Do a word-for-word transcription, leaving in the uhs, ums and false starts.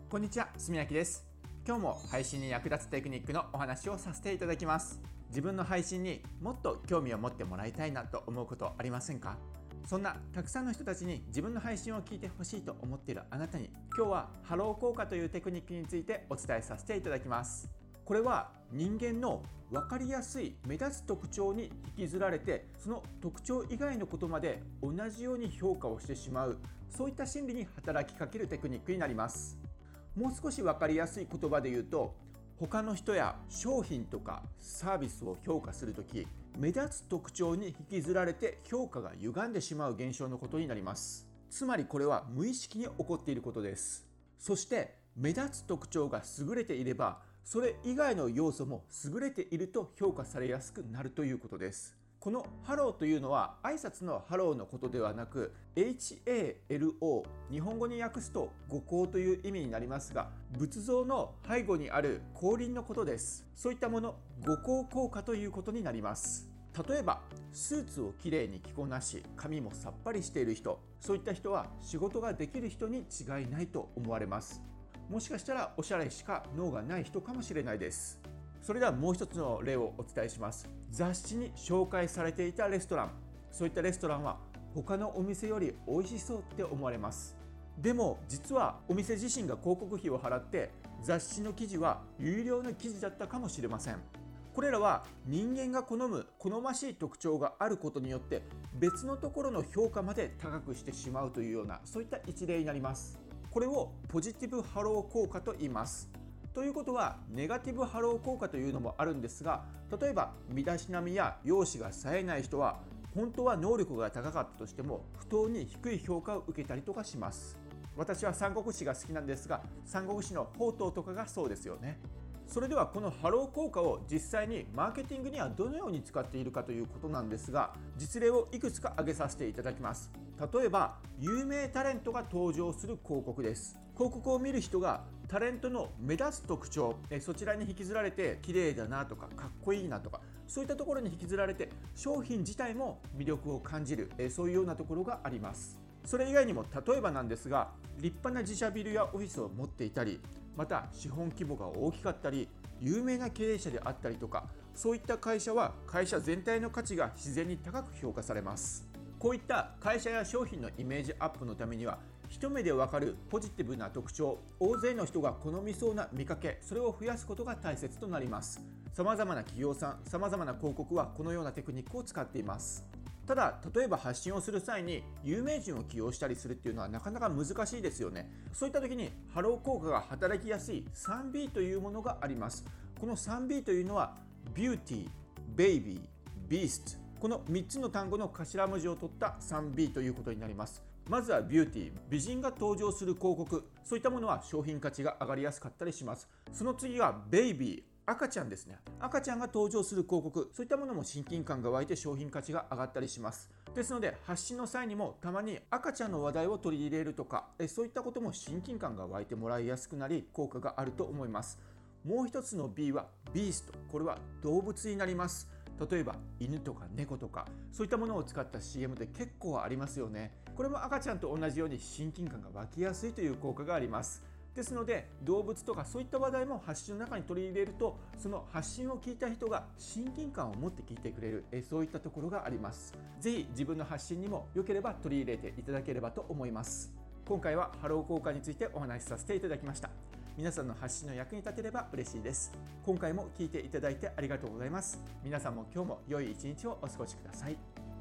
こんにちは、すみやきです。今日も配信に役立つテクニックのお話をさせていただきます。自分の配信にもっと興味を持ってもらいたいなと思うことありませんか？そんなたくさんの人たちに自分の配信を聞いてほしいと思っているあなたに、今日はハロー効果というテクニックについてお伝えさせていただきます。これは人間の分かりやすい目立つ特徴に引きずられて、その特徴以外のことまで同じように評価をしてしまう、そういった心理に働きかけるテクニックになります。もう少し分かりやすい言葉で言うと、他の人や商品とかサービスを評価するとき、目立つ特徴に引きずられて評価が歪んでしまう現象のことになります。つまりこれは無意識に起こっていることです。そして目立つ特徴が優れていれば、それ以外の要素も優れていると評価されやすくなるということです。このハローというのは挨拶のハローのことではなく エイチエーエルオー、 日本語に訳すと五光という意味になりますが、仏像の背後にある光輪のことです。そういったもの、五光効果ということになります。例えばスーツをきれいに着こなし、髪もさっぱりしている人、そういった人は仕事ができる人に違いないと思われます。もしかしたらおしゃれしか脳がない人かもしれないです。それではもう一つの例をお伝えします。雑誌に紹介されていたレストラン、そういったレストランは他のお店より美味しそうって思われます。でも実はお店自身が広告費を払って雑誌の記事は有料の記事だったかもしれません。これらは人間が好む好ましい特徴があることによって別のところの評価まで高くしてしまうというような、そういった一例になります。これをポジティブハロー効果と言います。ということはネガティブハロー効果というのもあるんですが、例えば身だしなみや容姿が冴えない人は本当は能力が高かったとしても不当に低い評価を受けたりとかします。私は三国志が好きなんですが、三国志の宝刀とかがそうですよね。それではこのハロー効果を実際にマーケティングにはどのように使っているかということなんですが、実例をいくつか挙げさせていただきます。例えば有名タレントが登場する広告です。広告を見る人がタレントの目立つ特徴、そちらに引きずられて綺麗だなとかかっこいいなとか、そういったところに引きずられて商品自体も魅力を感じる、そういうようなところがあります。それ以外にも例えばなんですが、立派な自社ビルやオフィスを持っていたり、また資本規模が大きかったり有名な経営者であったりとか、そういった会社は会社全体の価値が自然に高く評価されます。こういった会社や商品のイメージアップのためには、一目でわかるポジティブな特徴、大勢の人が好みそうな見かけ、それを増やすことが大切となります。様々な企業さん、様々な広告はこのようなテクニックを使っています。ただ例えば発信をする際に有名人を起用したりするっていうのはなかなか難しいですよね。そういった時にハロー効果が働きやすい スリービー というものがあります。この スリービー というのはビューティー、ベイビー、ビースト、このみっつの単語の頭文字を取った スリービー ということになります。まずはビューティー、美人が登場する広告、そういったものは商品価値が上がりやすかったりします。その次はベイビー、赤ちゃんですね。赤ちゃんが登場する広告、そういったものも親近感が湧いて商品価値が上がったりします。ですので発信の際にもたまに赤ちゃんの話題を取り入れるとか、そういったことも親近感が湧いてもらいやすくなり効果があると思います。もう一つの B はビースト、これは動物になります。例えば犬とか猫とか、そういったものを使った シーエム で結構ありますよね。これも赤ちゃんと同じように親近感が湧きやすいという効果があります。ですので動物とかそういった話題も発信の中に取り入れると、その発信を聞いた人が親近感を持って聞いてくれる、えそういったところがあります。ぜひ自分の発信にも良ければ取り入れていただければと思います。今回はハロー効果についてお話しさせていただきました。皆さんの発信の役に立てれば嬉しいです。今回も聞いていただいてありがとうございます。皆さんも今日も良い一日をお過ごしください。